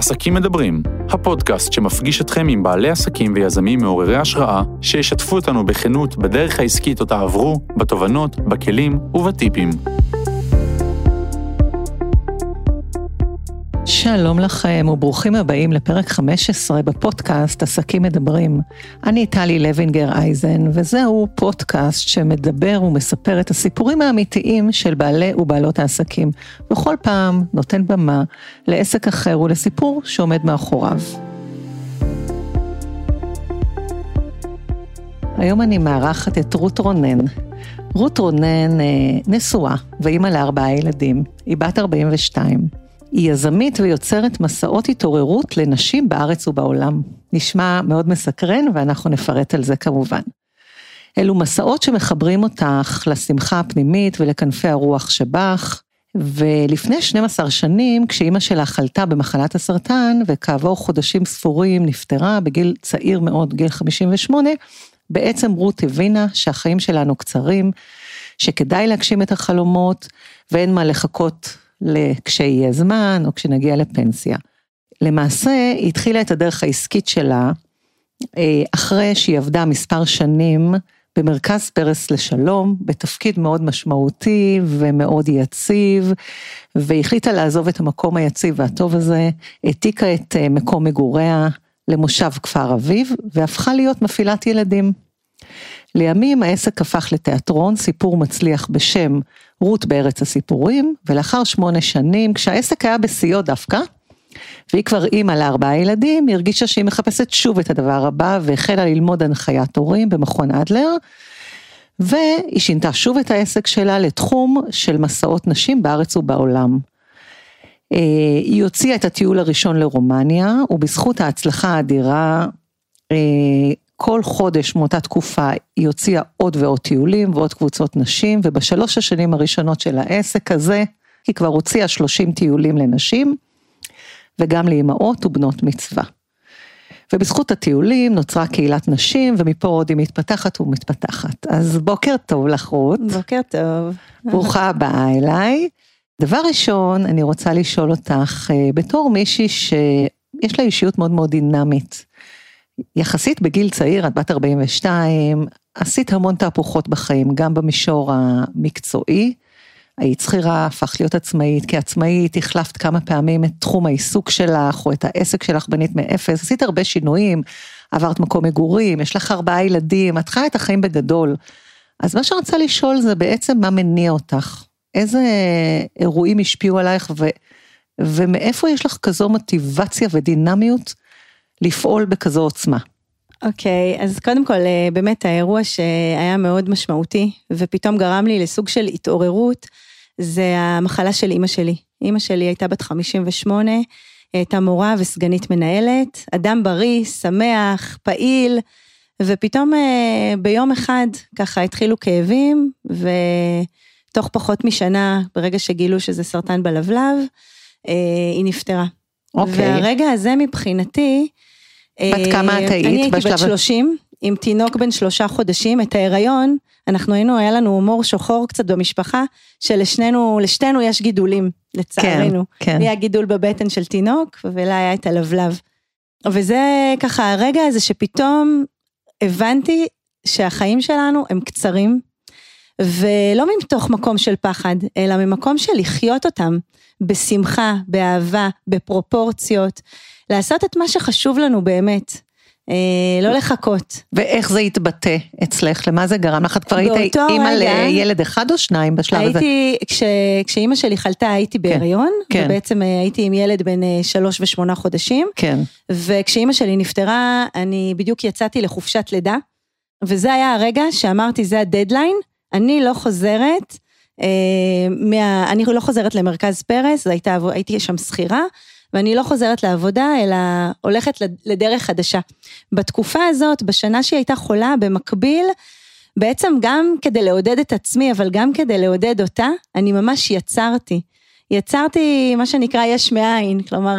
עסקים מדברים, הפודקאסט שמפגיש אתכם עם בעלי עסקים ויזמים מעוררי השראה, שישתפו אותנו בכנות בדרך העסקית אותה עברו, בתובנות, בכלים ובטיפים. שלום לכם וברוכים הבאים לפרק 15 בפודקאסט עסקים מדברים. אני טלי לוינגר אייזן, וזהו פודקאסט שמדבר ומספר את הסיפורים האמיתיים של בעלי ובעלות העסקים. בכל פעם נותן במה לעסק אחר ולסיפור שעומד מאחוריו. היום אני מארחת את רות רונן. רות רונן נשואה ואימא ל4 ילדים. היא בת 42. היא יזמית ויוצרת מסעות התעוררות לנשים בארץ ובעולם. נשמע מאוד מסקרן ואנחנו נפרט על זה כמובן. אלו מסעות שמחברים אותך לשמחה הפנימית ולכנפי הרוח שבך, ולפני 12 שנים כשאימא שלה חלתה במחלת הסרטן וכעבור חודשים ספורים נפטרה בגיל צעיר מאוד, גיל 58, בעצם רות הבינה שהחיים שלנו קצרים, שכדאי להגשים את החלומות ואין מה לחכות כשיהיה זמן או כשנגיע לפנסיה. למעשה היא התחילה את הדרך העסקית שלה אחרי שהיא עבדה מספר שנים במרכז פרס לשלום, בתפקיד מאוד משמעותי ומאוד יציב, והחליטה לעזוב את המקום היציב והטוב הזה, העתיקה את מקום מגוריה למושב כפר אביב, והפכה להיות מפעילת ילדים. לימים העסק הפך לתיאטרון, סיפור מצליח בשם רות בארץ הסיפורים, ולאחר 8 שנים, כשהעסק היה בשיאו דווקא, והיא כבר אימא ל4 ילדים, היא הרגישה שהיא מחפשת שוב את הדבר הבא, והחלה ללמוד הנחיית הורים במכון אדלר, והיא שינתה שוב את העסק שלה לתחום של מסעות נשים בארץ ובעולם. היא הוציאה את הטיול הראשון לרומניה, ובזכות ההצלחה האדירה, כל חודש מאותה תקופה היא הוציאה עוד ועוד טיולים ועוד קבוצות נשים, וב3 השנים הראשונות של העסק הזה, היא כבר הוציאה 30 טיולים לנשים, וגם לאמהות ובנות מצווה. ובזכות הטיולים נוצרה קהילת נשים, ומפה עוד היא מתפתחת ומתפתחת. אז בוקר טוב לך רות. בוקר טוב. ברוכה הבאה אליי. דבר ראשון, אני רוצה לשאול אותך, בתור מישהי שיש לה אישיות מאוד מאוד דינמית, יחסית בגיל צעיר, את בת 42, עשית המון תהפוכות בחיים, גם במישור המקצועי, היית שכירה, הפכת להיות עצמאית, כעצמאית החלפת כמה פעמים את תחום העיסוק שלך, או את העסק שלך בנית מאפס, עשית הרבה שינויים, עברת מקום מגורים, יש לך 4 ילדים, את חיה את החיים בגדול, אז מה שאני רוצה לשאול זה בעצם מה מניע אותך, איזה אירועים השפיעו עלייך, ומאיפה יש לך כזו מוטיבציה ודינמיות, לפעול בכזו עוצמה. אוקיי, אז קודם כל, באמת האירוע שהיה מאוד משמעותי, ופתאום גרם לי לסוג של התעוררות, זה המחלה של אמא שלי. אמא שלי הייתה בת 58, הייתה מורה וסגנית מנהלת, אדם בריא, שמח, פעיל, ופתאום ביום אחד ככה התחילו כאבים, ותוך פחות משנה, ברגע שגילו שזה סרטן בלבלב, היא נפטרה. והרגע הזה מבחינתי, בת כמה את היית? אני הייתי בת 30, עם תינוק בן 3 חודשים, את ההיריון, היה לנו הומור שחור קצת במשפחה, שלשתינו יש גידולים, לצערנו. כן. היה גידול בבטן של תינוק, ולה היה את הלבלב. וזה ככה, הרגע הזה שפתאום הבנתי שהחיים שלנו הם קצרים, ולא מתוך מקום של פחד, אלא ממקום של לחיות אותם, בשמחה, באהבה, בפרופורציות, לעשות את מה שחשוב לנו באמת, לא לחכות. ואיך זה התבטא אצלך? למה זה גרם לך? את כבר היית אימא לילד 1 או 2 בשלב הזה? כשאימא שלי חלתה הייתי בהיריון, ובעצם הייתי עם ילד בן 3 ו8 חודשים, וכשאימא שלי נפטרה, אני בדיוק יצאתי לחופשת לידה, וזה היה הרגע שאמרתי, זה הדדליין, אני לא חוזרת למרכז פרס, הייתי שם שכירה, ואני לא חוזרת לעבודה, אלא הולכת לדרך חדשה. בתקופה הזאת, בשנה שהיא הייתה חולה, במקביל, בעצם גם כדי לעודד את עצמי, אבל גם כדי לעודד אותה, אני ממש יצרתי מה שנקרא יש מאין, כלומר,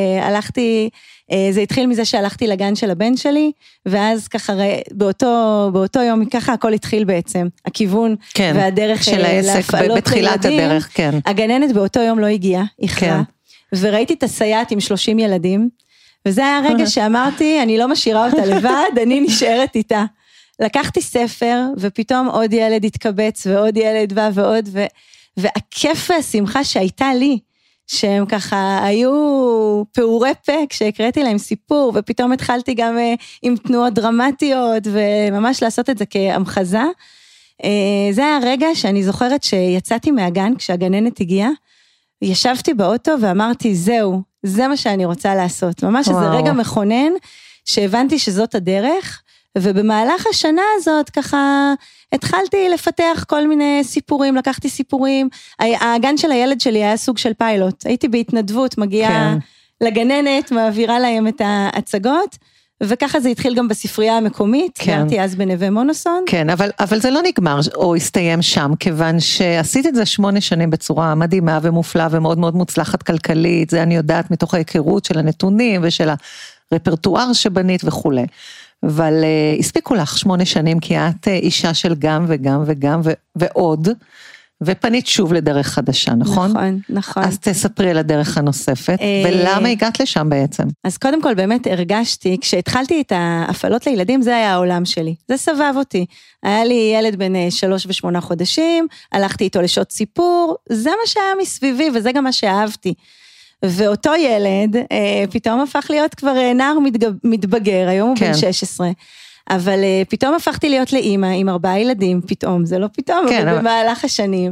זה התחיל מזה שהלכתי לגן של הבן שלי, ואז ככה, באותו יום, ככה הכל התחיל בעצם, הכיוון והדרך של העסק, בתחילת הדרך, כן. הגננת באותו יום לא הגיעה, איחרה, וראיתי את הסייעת עם 30 ילדים, וזה היה הרגע שאמרתי, אני לא משאירה אותה לבד, אני נשארת איתה. לקחתי ספר, ופתאום עוד ילד התקבץ, ועוד ילד בא ועוד, והכיף והשמחה שהייתה לי, שהם ככה היו פעורי פה, כשהקראתי להם סיפור, ופתאום התחלתי גם עם תנועות דרמטיות, וממש לעשות את זה כהמחזה. זה היה הרגע שאני זוכרת שיצאתי מהגן, כשהגננת הגיעה, ישבתי באוטו ואמרתי, זהו, זה מה שאני רוצה לעשות. ממש איזה רגע מכונן, שהבנתי שזאת הדרך, ובמהלך השנה הזאת ככה התחלתי לפתח כל מיני סיפורים, לקחתי סיפורים, הגן של הילד שלי היה סוג של פיילוט, הייתי בהתנדבות, מגיעה לגננת, מעבירה להם את ההצגות, וככה זה התחיל גם בספרייה המקומית, גרתי אז בנווה מונוסון. כן, אבל זה לא נגמר או הסתיים שם, כיוון שעשית את זה 8 שנים בצורה מדהימה ומופלאה ומאוד מאוד מוצלחת כלכלית, זה אני יודעת מתוך ההיכרות של הנתונים ושל הרפרטואר שבנית וכו'. אבל הספיקו לך 8 שנים, כי את אישה של גם וגם וגם ועוד, ופנית שוב לדרך חדשה, נכון? נכון, נכון. אז תספרי על הדרך הנוספת, ולמה הגעת לשם בעצם? אז קודם כל באמת הרגשתי, כשהתחלתי את ההפעלות לילדים, זה היה העולם שלי, זה סבב אותי. היה לי ילד בן 3 ו8 חודשים, הלכתי איתו לשעות סיפור, זה מה שהיה מסביבי, וזה גם מה שאהבתי. ואותו ילד פתאום הפך להיות כבר נער מתבגר, היום הוא בן 16, אבל פתאום הפכתי להיות לאמא עם 4 ילדים, פתאום, זה לא פתאום, אבל במהלך השנים,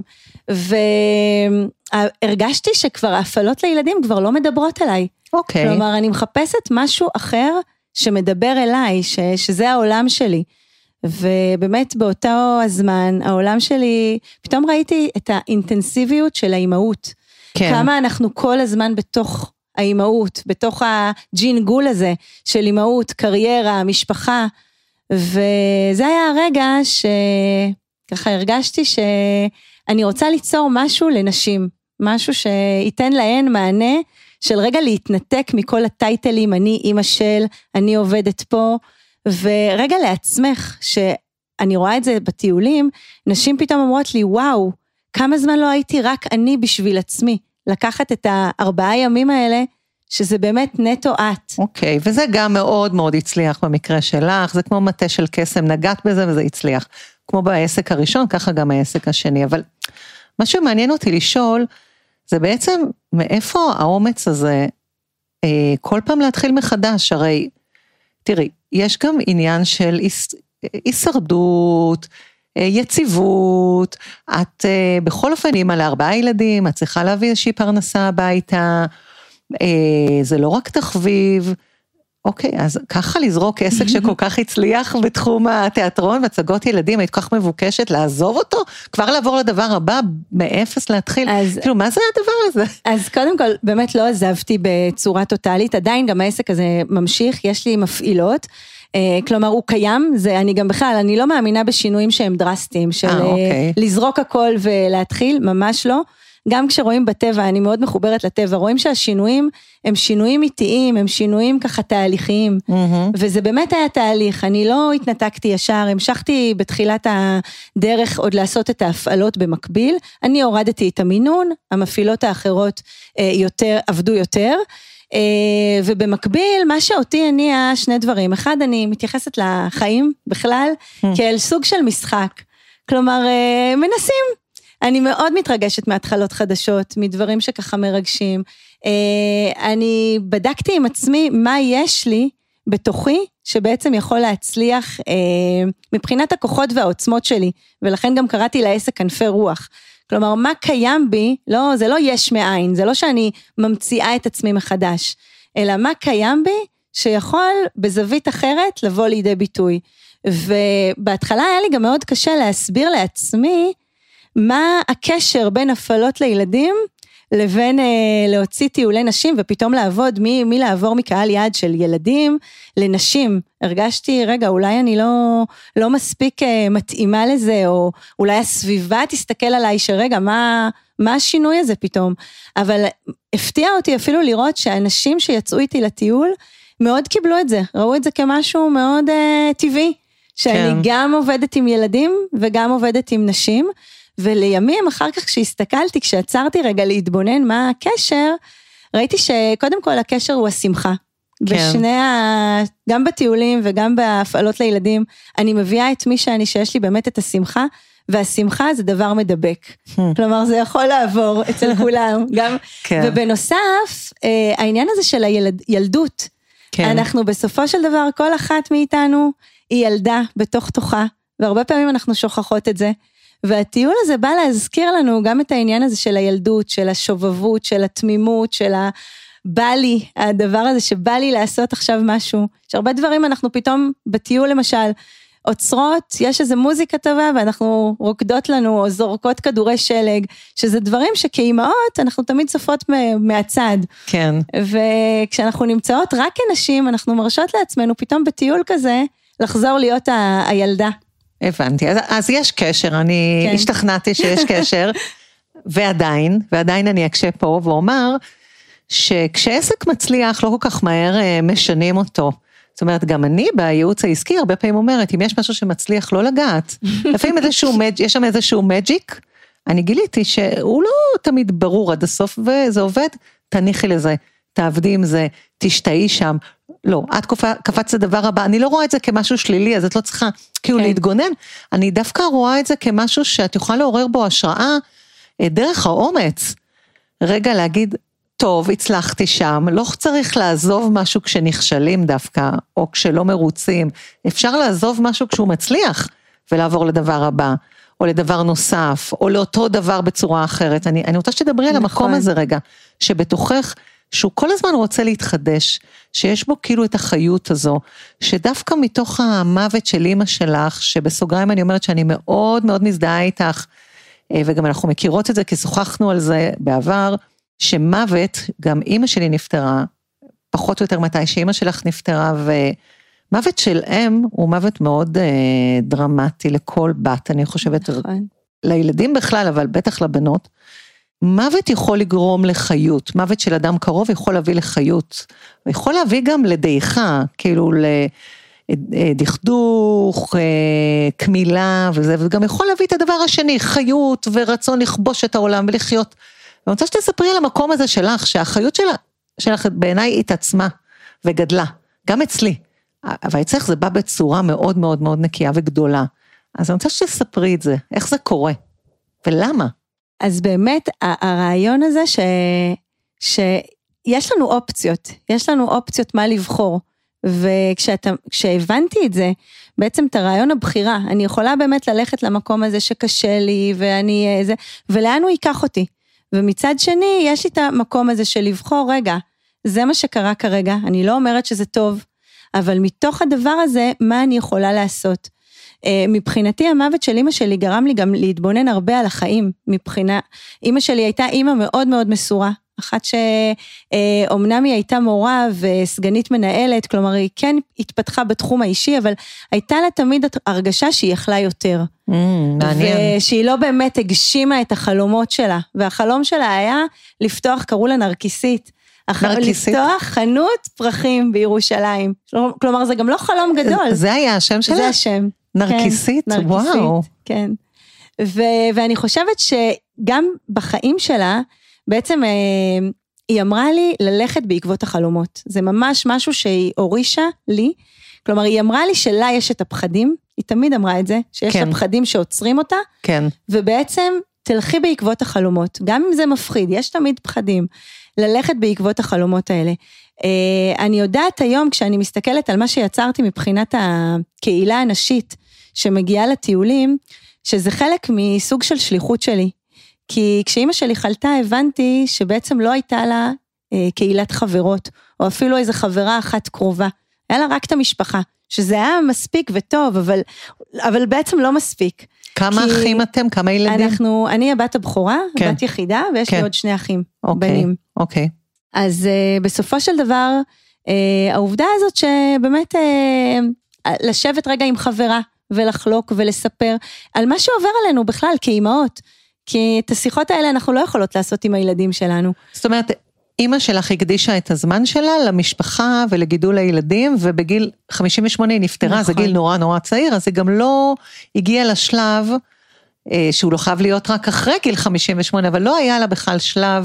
והרגשתי שכבר ההפעלות לילדים כבר לא מדברות עליי, כלומר אני מחפשת משהו אחר שמדבר אליי, שזה העולם שלי, ובאמת באותו הזמן, העולם שלי, פתאום ראיתי את האינטנסיביות של האימהות, כמה אנחנו כל הזמן בתוך האימהות, בתוך הג'ינגול הזה של אימהות, קריירה, משפחה, וזה היה הרגע שככה הרגשתי שאני רוצה ליצור משהו לנשים, משהו שייתן להן מענה של רגע להתנתק מכל הטייטלים, אני אימא של, אני עובדת פה, ורגע לעצמך, שאני רואה את זה בטיולים, נשים פתאום אומרות לי, וואו, כמה זמן לא הייתי רק אני בשביל עצמי, לקחת את 4 ימים האלה, שזה באמת נטו את. אוקיי, וזה גם מאוד מאוד הצליח במקרה שלך, זה כמו מטה של קסם, נגעת בזה וזה הצליח. כמו בעסק הראשון, ככה גם העסק השני, אבל מה שמעניין אותי לשאול, זה בעצם מאיפה האומץ הזה, כל פעם להתחיל מחדש, הרי, תראי, יש גם עניין של הישרדות, יציבות, את בכל אופן אימא ל4 ילדים, את צריכה להביא איזושהי פרנסה הביתה, זה לא רק תחביב, אוקיי, אז ככה לזרוק עסק שכל כך הצליח בתחום התיאטרון והצגות ילדים, היית כל כך מבוקשת לעזוב אותו, כבר לעבור לדבר הבא, מאפס להתחיל, כאילו מה זה הדבר הזה? אז קודם כל, באמת לא עזבתי בצורה טוטלית, עדיין גם העסק הזה ממשיך, יש לי מפעילות, כלומר הוא קיים, זה אני גם בכלל, אני לא מאמינה בשינויים שהם דרסטיים, של לזרוק הכל ולהתחיל, ממש לא, גם כשרואים בטבע, אני מאוד מחוברת לטבע, רואים שהשינויים הם שינויים איטיים, הם שינויים ככה תהליכיים, וזה באמת היה תהליך, אני לא התנתקתי ישר, המשכתי בתחילת הדרך עוד לעשות את ההפעלות במקביל, אני הורדתי את המינון, המפעילות האחרות עבדו יותר, ובמקביל, מה שאותי הניע 2 דברים, אחד, אני מתייחסת לחיים בכלל, כאל סוג של משחק, כלומר, מנסים, אני מאוד מתרגשת מהתחלות חדשות, מדברים שככה מרגשים, אני בדקתי עם עצמי מה יש לי בתוכי, שבעצם יכול להצליח מבחינת הכוחות והעוצמות שלי, ולכן גם קראתי לעסק כנפי רוח, כלומר מה קיים בי, לא, זה לא יש מאין, זה לא שאני ממציאה את עצמי מחדש, אלא מה קיים בי שיכול בזווית אחרת לבוא לידי ביטוי, ובהתחלה היה לי גם מאוד קשה להסביר לעצמי, מה הקשר בין הפעלות לילדים, לבין להוציא טיולי נשים, ופתאום לעבוד, מי לעבור מקהל יעד של ילדים, לנשים, הרגשתי, רגע, אולי אני לא מספיק מתאימה לזה, או אולי הסביבה תסתכל עליי, שרגע, מה השינוי הזה פתאום, אבל הפתיע אותי אפילו לראות, שהאנשים שיצאו איתי לטיול, מאוד קיבלו את זה, ראו את זה כמשהו מאוד טבעי, שאני גם עובדת עם ילדים, וגם עובדת עם נשים, ולימים אחר כך כשהסתכלתי, כשעצרתי רגע להתבונן מה הקשר, ראיתי שקודם כל הקשר הוא השמחה. כן. גם בטיולים וגם בהפעלות לילדים, אני מביאה את מי שאני, שיש לי באמת את השמחה, והשמחה זה דבר מדבק. כלומר, זה יכול לעבור אצל כולם. גם, כן. ובנוסף, העניין הזה של הילדות, כן. אנחנו בסופו של דבר, כל אחת מאיתנו היא ילדה בתוך תוכה, והרבה פעמים אנחנו שוכחות את זה, והטיול הזה בא להזכיר לנו גם את העניין הזה של הילדות, של השובבות, של התמימות, של בא לי, הדבר הזה שבא לי לעשות עכשיו משהו, שהרבה דברים אנחנו פתאום בטיול למשל, עוצרות, יש איזו מוזיקה טובה, ואנחנו רוקדות לנו, או זורקות כדורי שלג, שזה דברים שכאימהות, אנחנו תמיד צופות מהצד. כן. וכשאנחנו נמצאות רק כנשים, אנחנו מרשות לעצמנו, פתאום בטיול כזה, לחזור להיות הילדה. הבנתי, אז יש קשר, אני כן. השתכנעתי שיש קשר, ועדיין אני אקשה פה ואומר, שכשעסק מצליח, לא כל כך מהר משנים אותו. זאת אומרת, גם אני בייעוץ העסקי, הרבה פעמים אומרת, אם יש משהו שמצליח לא לגעת, לפעמים יש שם איזשהו מג'יק, אני גיליתי שהוא לא תמיד ברור עד הסוף, וזה עובד, תניחי לזה, תעבדי עם זה, תשתעי שם, לא, את קפצת לדבר הבא, אני לא רואה את זה כמשהו שלילי, אז את לא צריכה כאילו להתגונן, אני דווקא רואה את זה כמשהו שאת יכולה לעורר בו השראה, דרך האומץ, רגע להגיד, טוב, הצלחתי שם, לא צריך לעזוב משהו כשנכשלים דווקא, או כשלא מרוצים, אפשר לעזוב משהו כשהוא מצליח, ולעבור לדבר הבא, או לדבר נוסף, או לאותו דבר בצורה אחרת, אני רוצה שתדברי על המקום הזה רגע, שבתוכך, שהוא כל הזמן רוצה להתחדש, שיש בו כאילו את החיות הזו, שדווקא מתוך המוות של אמא שלך, שבסוגריים אני אומרת שאני מאוד מאוד מזדהה איתך, וגם אנחנו מכירות את זה, כי שוחחנו על זה בעבר, שמוות, גם אמא שלי נפטרה, פחות או יותר מתי שאמא שלך נפטרה, ומוות של אם הוא מוות מאוד דרמטי לכל בת, אני חושבת, נכון. לילדים בכלל, אבל בטח לבנות, מוות יכול לגרום לחיות, מוות של אדם קרוב יכול להביא לחיות, יכול להביא גם לדעיכה, כאילו לדכדוך, כמילה וזה, וגם יכול להביא את הדבר השני, חיות ורצון לכבוש את העולם ולחיות, ואני רוצה שתספרי על המקום הזה שלך, שהחיות שלך בעיניי התעצמה וגדלה, גם אצלי, אבל אצלך זה בא בצורה מאוד מאוד מאוד נקייה וגדולה, אז אני רוצה שתספרי את זה, איך זה קורה, ולמה? אז באמת הרעיון הזה שיש לנו אופציות, יש לנו אופציות מה לבחור, וכשהבנתי את זה, בעצם את הרעיון הבחירה, אני יכולה באמת ללכת למקום הזה שקשה לי, ולאן הוא ייקח אותי, ומצד שני יש לי את המקום הזה של לבחור, רגע, זה מה שקרה כרגע, אני לא אומרת שזה טוב, אבל מתוך הדבר הזה, מה אני יכולה לעשות? מבחינתי המוות של אמא שלי גרם לי גם להתבונן הרבה על החיים, אמא שלי הייתה אמא מאוד מאוד מסורה, אחת שאומנם היא הייתה מורה וסגנית מנהלת, כלומר היא כן התפתחה בתחום האישי, אבל הייתה לה תמיד הרגשה שהיא יכלה יותר. מעניין. ושהיא לא באמת הגשימה את החלומות שלה, והחלום שלה היה לפתוח, קראו לה נרקיסית, לפתוח חנות פרחים בירושלים, כלומר זה גם לא חלום גדול. זה היה השם שלה? זה השם. נרקיסית? כן, וואו. כן. ואני חושבת שגם בחיים שלה, בעצם היא אמרה לי ללכת בעקבות החלומות. זה ממש משהו שהיא הורישה לי, כלומר היא אמרה לי שלה יש את הפחדים, היא תמיד אמרה את זה, שיש כן. את הפחדים שעוצרים אותה, כן. ובעצם תלכי בעקבות החלומות, גם אם זה מפחיד, יש תמיד פחדים, ללכת בעקבות החלומות האלה. אני יודעת היום, כשאני מסתכלת על מה שיצרתי מבחינת הקהילה הנשית, שמגיעה לטיולים, שזה חלק מסוג של שליחות שלי, כי כשאמא שלי חלתה, הבנתי שבעצם לא הייתה לה קהילת חברות, או אפילו איזו חברה אחת קרובה, היה לה רק את המשפחה, שזה היה מספיק וטוב, אבל בעצם לא מספיק. כמה אחים אתם? כמה ילדים? אני הבת הבכורה, כן. בת יחידה, ויש כן. לי עוד 2 אחים, אוקיי, בנים. אוקיי. אז בסופו של דבר, העובדה הזאת שבאמת לשבת רגע עם חברה, ולחלוק ולספר על מה שעובר עלינו בכלל כאימהות, כי את השיחות האלה אנחנו לא יכולות לעשות עם הילדים שלנו. זאת אומרת, אמא שלך הקדישה את הזמן שלה למשפחה ולגידול הילדים, ובגיל 58 היא נפטרה, נכון. זה גיל נורא נורא צעיר, אז היא גם לא הגיעה לשלב, שהוא לא חייב להיות רק אחרי גיל 58, אבל לא היה לה בכלל שלב,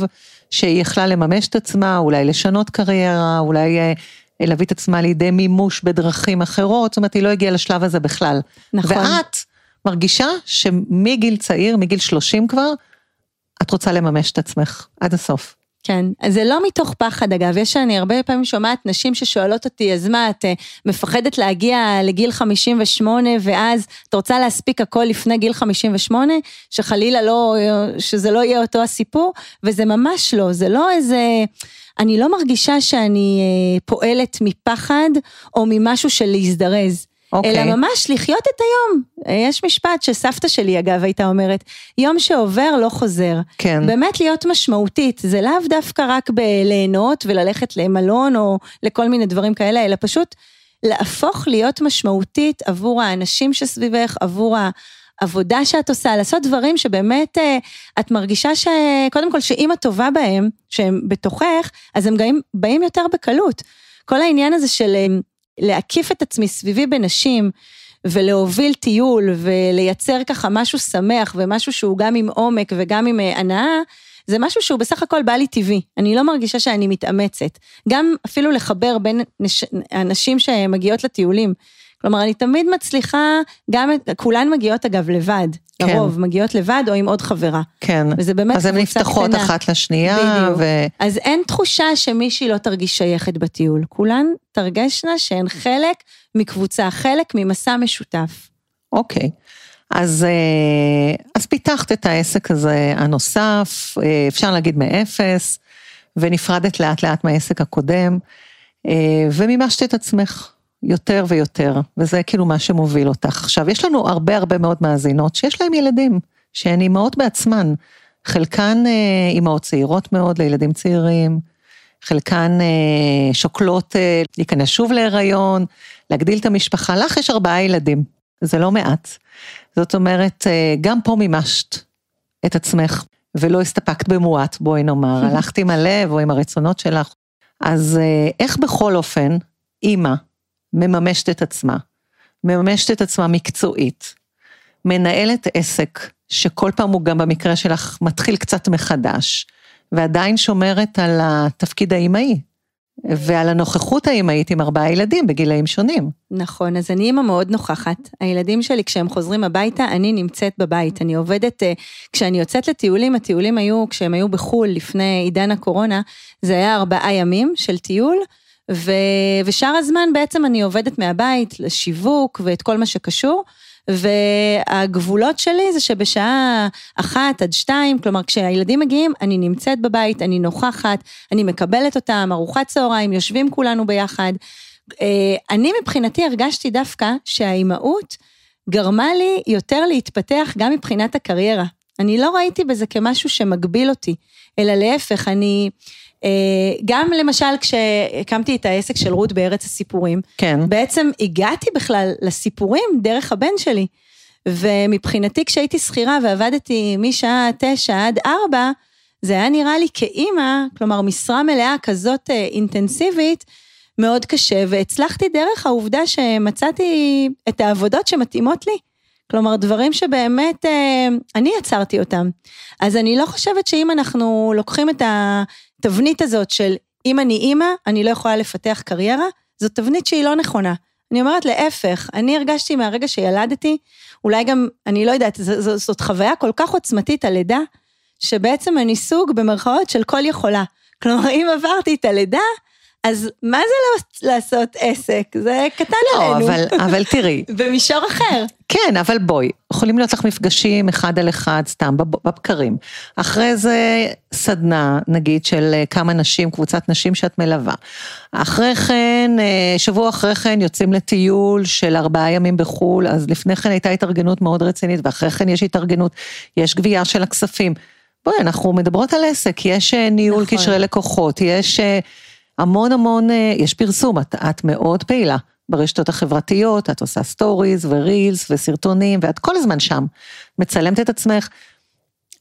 שהיא יכלה לממש את עצמה, אולי לשנות קריירה, אולי להביא את עצמה לידי מימוש בדרכים אחרות, זאת אומרת, היא לא הגיעה לשלב הזה בכלל. נכון. ואת מרגישה שמגיל צעיר, מגיל 30 כבר, את רוצה לממש את עצמך עד הסוף. כן, אז זה לא מתוך פחד אגב, אני הרבה פעמים שומעת נשים ששואלות אותי, אז מה, את מפחדת להגיע לגיל 58 ואז את רוצה להספיק הכל לפני גיל 58, שחלילה לא, שזה לא יהיה אותו הסיפור, וזה ממש לא, זה לא איזה, אני לא מרגישה שאני פועלת מפחד או ממשהו של להזדרז. אלא ממש לחיות את היום. יש משפט שסבתא שלי אגב הייתה אומרת, יום שעובר לא חוזר. כן. באמת להיות משמעותית, זה לאו דווקא רק בליהנות וללכת למלון או לכל מיני דברים כאלה, אלא פשוט להפוך להיות משמעותית עבור האנשים שסביבך, עבור העבודה שאת עושה, לעשות דברים שבאמת את מרגישה שקודם כל שאם את טובה בהם, שהם בתוכך, אז הם באים יותר בקלות. כל העניין הזה של להקיף את עצמי סביבי בנשים, ולהוביל טיול, ולייצר ככה משהו שמח, ומשהו שהוא גם עם עומק, וגם עם הנאה, זה משהו שהוא בסך הכל בא לי טבעי, אני לא מרגישה שאני מתאמצת, גם אפילו לחבר בין הנשים שמגיעות לטיולים, כלומר אני תמיד מצליחה, גם כולן מגיעות אגב לבד, כן. לרוב מגיעות לבד או עם עוד חברה. כן, וזה באמת אז הן נפתחות קטנה. אחת לשנייה. אז אין תחושה שמישהי לא תרגיש שייכת בטיול, כולן תרגשנה שהן חלק מקבוצה, חלק ממסע משותף. אוקיי, אז פיתחת את העסק הזה הנוסף, אפשר להגיד מאפס, ונפרדת לאט לאט מהעסק הקודם, ומימשת את עצמך. יותר ויותר, וזה כאילו מה שמוביל אותך. עכשיו, יש לנו הרבה מאוד מאזינות, שיש להם ילדים, שהן אימהות בעצמן, חלקן אימהות צעירות מאוד, לילדים צעירים, חלקן שוקלות להיכנס שוב להיריון, להגדיל את המשפחה, לך יש 4 ילדים, זה לא מעט. זאת אומרת, גם פה מימשת את עצמך, ולא הסתפקת במועט, בואי נאמר, הלכת עם הלב או עם הרצונות שלך, אז איך בכל אופן, אימא, מממשת את עצמה, מממשת את עצמה מקצועית, מנהלת עסק, שכל פעם הוא גם במקרה שלך מתחיל קצת מחדש, ועדיין שומרת על התפקיד האימהי, ועל הנוכחות האימהית עם 4 ילדים בגילאים שונים. נכון, אז אני אימא מאוד נוכחת, הילדים שלי כשהם חוזרים הביתה, אני נמצאת בבית, אני עובדת, כשאני יוצאת לטיולים, הטיולים היו, כשהם היו בחול לפני עידן הקורונה, זה היה 4 ימים של טיול, ושאר הזמן בעצם אני עובדת מהבית לשיווק ואת כל מה שקשור, והגבולות שלי זה שבשעה 1 עד 2, כלומר כשהילדים מגיעים אני נמצאת בבית, אני נוכחת, אני מקבלת אותם, ארוחת צהריים, יושבים כולנו ביחד. אני מבחינתי הרגשתי דווקא שהאימהות גרמה לי יותר להתפתח גם מבחינת הקריירה. אני לא ראיתי בזה כמשהו שמגביל אותי, אלא להפך, אני גם למשל כשהקמתי את העסק של רות בארץ הסיפורים, כן. בעצם הגעתי בכלל לסיפורים דרך הבן שלי, ומבחינתי כשהייתי שכירה ועבדתי משעה 9 עד 4, זה היה נראה לי כאימא, כלומר משרה מלאה כזאת אינטנסיבית, מאוד קשה, והצלחתי דרך העובדה שמצאתי את העבודות שמתאימות לי, כלומר דברים שבאמת אני יצרתי אותם, אז אני לא חושבת שאם אנחנו לוקחים את התבנית הזאת של אם אני אימא, אני לא יכולה לפתח קריירה, זאת תבנית שהיא לא נכונה. אני אומרת להפך, אני הרגשתי מהרגע שילדתי, אולי גם, אני לא יודעת, זאת חוויה כל כך עוצמתית הלידה, שבעצם אני סוג במרכאות של כל יכולה. כלומר, אם עברתי את הלידה, אז מה זה לעשות עסק? זה קטן עלינו. אבל תראי. במישור אחר. כן, אבל בואי, יכולים להיות לך מפגשים 1 על 1, סתם, בבקרים. אחרי זה סדנה, נגיד, של כמה נשים, קבוצת נשים שאת מלווה. אחרי כן, שבוע אחרי כן, יוצאים לטיול של 4 ימים בחול, אז לפני כן הייתה התארגנות מאוד רצינית, ואחרי כן יש התארגנות, יש גבייה של הכספים. בואי, אנחנו מדברות על עסק, יש ניהול נכון. קשרי לקוחות, יש המון, יש פרסום, את מאוד פעילה. ברשתות החברתיות, את עושה סטוריז ורילס וסרטונים, ואת כל הזמן שם, מצלמת את עצמך,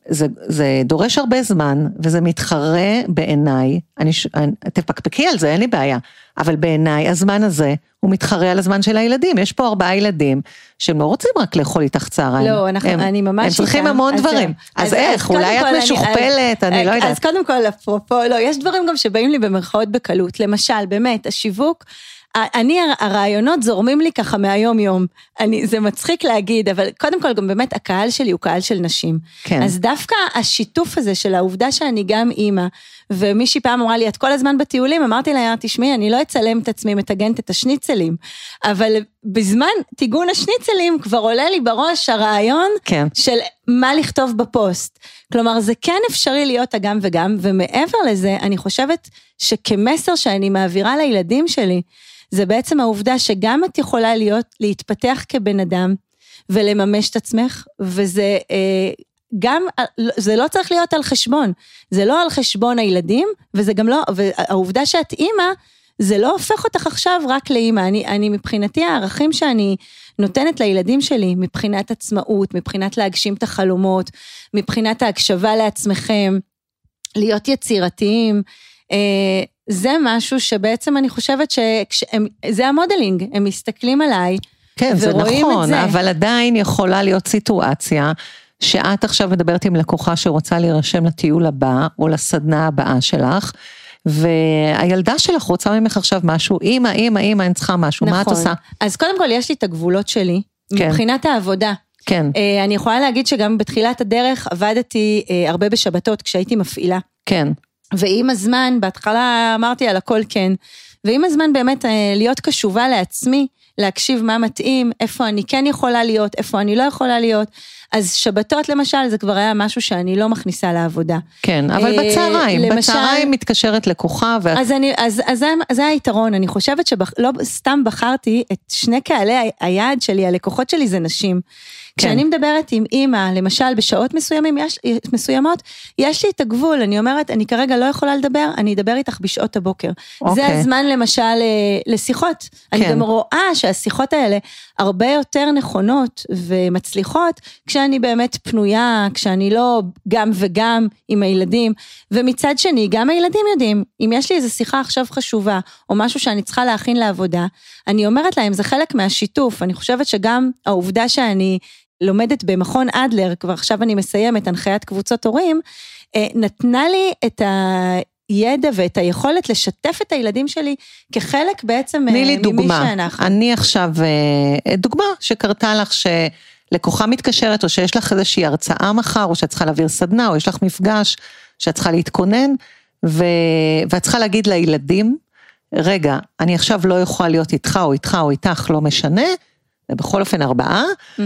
זה דורש הרבה זמן, וזה מתחרה בעיניי, תפקפקי על זה, אין לי בעיה, אבל בעיניי הזמן הזה, הוא מתחרה על הזמן של הילדים, יש פה 4 ילדים, שהם לא רוצים רק לאכול איתך צהריים. לא, אני ממש... הם צריכים המון דברים. אז איך, אולי את משוכפלת, אני לא יודעת. אז קודם כל, אפרופו, לא, יש דברים גם שבאים לי במרכאות בקלות, למשל, באמת, השיווק, הרעיונות זורמים לי ככה מהיום יום, זה מצחיק להגיד, אבל קודם כל גם באמת הקהל שלי הוא קהל של נשים, כן. אז דווקא השיתוף הזה של העובדה שאני גם אימא, ומישהי פעם אמרה לי, את כל הזמן בטיולים, אמרתי לה, תשמעי, אני לא אצלם את עצמי, מתגנת את השניצלים, אבל בזמן תיגון השניצלים, כבר עולה לי בראש הרעיון, כן. של מה לכתוב בפוסט, כלומר זה כן אפשרי להיות הגם וגם, ומעבר לזה, אני חושבת שכמסר שאני מעבירה לילדים שלי, זה בעצם העובדה שגם את יכולה להתפתח כבן אדם, ולממש את עצמך, וזה גם, זה לא צריך להיות על חשבון, זה לא על חשבון הילדים, וזה גם לא, והעובדה שאת אימא, זה לא הופך אותך עכשיו רק לאימא, אני מבחינתי הערכים שאני נותנת לילדים שלי, מבחינת עצמאות, מבחינת להגשים את החלומות, מבחינת ההקשבה לעצמכם, להיות יצירתיים, זה משהו שבעצם אני חושבת שזה המודלינג, הם מסתכלים עליי, כן, זה נכון, אבל עדיין יכולה להיות סיטואציה, שאת עכשיו מדברת עם לקוחה שרוצה להירשם לטיול הבא, או לסדנה הבאה שלך, והילדה שלך רוצה ממך עכשיו משהו, אמא, אני צריכה משהו, נכון. מה את עושה? אז קודם כל יש לי את הגבולות שלי, כן. מבחינת העבודה. כן. אני יכולה להגיד שגם בתחילת הדרך עבדתי הרבה בשבתות כשהייתי מפעילה. כן. ועם הזמן, בהתחלה אמרתי על הכל כן, ועם הזמן באמת להיות קשובה לעצמי, להקשיב מה מתאים, איפה אני כן יכולה להיות, איפה אני לא יכולה להיות, אז שבתות למשל, זה כבר היה משהו שאני לא מכניסה לעבודה. כן, אבל בצהריים מתקשרת לקוחה. אז זה היתרון, אני חושבת שלא סתם בחרתי את שני קהלי היעד שלי, הלקוחות שלי זה נשים. כשאני מדברת עם אימא, למשל בשעות מסוימות, יש לי את הגבול, אני אומרת, אני כרגע לא יכולה לדבר, אני אדבר איתך בשעות הבוקר. זה הזמן למשל לשיחות. אני גם רואה שהשיחות האלה הרבה יותר נכונות ומצליחות, כשאני באמת פנויה, כשאני לא גם וגם עם הילדים, ומצד שני, גם הילדים יודעים, אם יש לי איזו שיחה עכשיו חשובה, או משהו שאני צריכה להכין לעבודה, אני אומרת להם, זה חלק מהשיתוף, אני חושבת שגם העובדה שאני לומדת במכון אדלר, כבר עכשיו אני מסיימת הנחיית קבוצות הורים, נתנה לי את הידע ואת היכולת לשתף את הילדים שלי, כחלק בעצם ממי שאנחנו. אני עכשיו, דוגמה שקרתה לך שלקוחה מתקשרת, או שיש לך איזושהי הרצאה מחר, או שאת צריכה להעביר סדנה, או יש לך מפגש, שאת צריכה להתכונן, ואת צריכה להגיד לילדים, רגע, אני עכשיו לא יכולה להיות איתך, או איתך, או איתך, לא משנה, בכל אופן 4,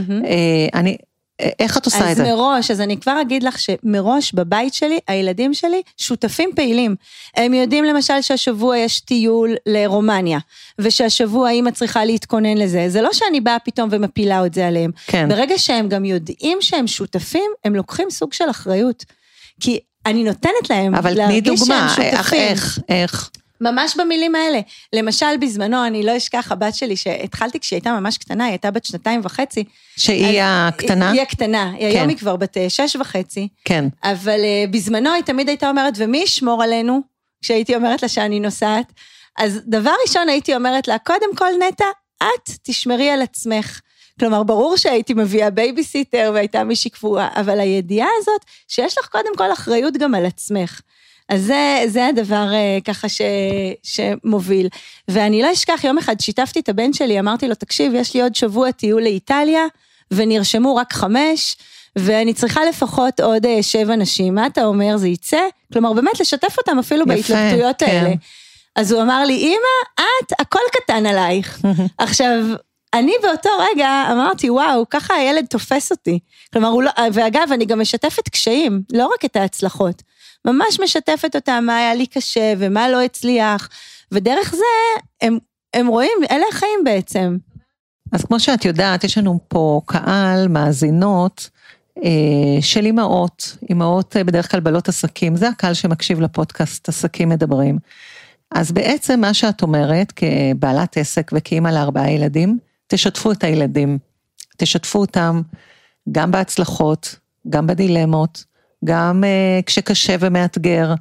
איך את עושה את זה? אז מראש, אז אני כבר אגיד לך שמראש בבית שלי, הילדים שלי שותפים פעילים. הם יודעים למשל שהשבוע יש טיול לרומניה, ושהשבוע אמא צריכה להתכונן לזה. זה לא שאני באה פתאום ומפילה את זה עליהם. כן. ברגע שהם גם יודעים שהם שותפים, הם לוקחים סוג של אחריות. כי אני נותנת להם להרגיש שהם שותפים. איך? ממש במילים האלה, למשל בזמנו, אני לא אשכח, הבת שלי שהתחלתי כשהיא הייתה ממש קטנה, היא הייתה בת 2.5. שהיא הקטנה? היא הקטנה, היום היא כבר בת 6.5. כן. אבל בזמנו היא תמיד הייתה אומרת, ומי ישמור עלינו? כשהייתי אומרת לה שאני נוסעת. אז דבר ראשון הייתי אומרת לה, קודם כל נטע, את תשמרי על עצמך. כלומר, ברור שהייתי מביאה בייביסיטר והייתה מישהי קבועה, אבל הידיעה הזאת, שיש לך קודם כל אחריות גם על עצמך. אז זה הדבר ככה שמוביל. ואני לא אשכח, יום אחד שיתפתי את הבן שלי, אמרתי לו, תקשיב, יש לי עוד שבוע טיול לאיטליה, ונרשמו רק 5, ואני צריכה לפחות עוד 7 נשים. מה אתה אומר, זה יצא? כלומר, באמת לשתף אותם אפילו בהתלבטויות האלה. אז הוא אמר לי, אמא, את, הכל קטן עלייך. עכשיו, אני באותו רגע אמרתי, וואו, ככה הילד תופס אותי. כלומר, ואגב, אני גם משתפת קשיים, לא רק את ההצלחות. ממש משתפת אותם מה היה לי קשה ומה לא הצליח, ודרך זה הם רואים, אלה החיים בעצם. אז כמו שאת יודעת, יש לנו פה קהל מאזינות של אימהות בדרך כלל בעלות עסקים, זה הקהל שמקשיב לפודקאסט עסקים מדברים. אז בעצם מה שאת אומרת, כבעלת עסק וכאימא ל4 ילדים, תשתפו את הילדים, תשתפו אותם גם בהצלחות, גם בדילמות, גם כשקשה ומאתגר,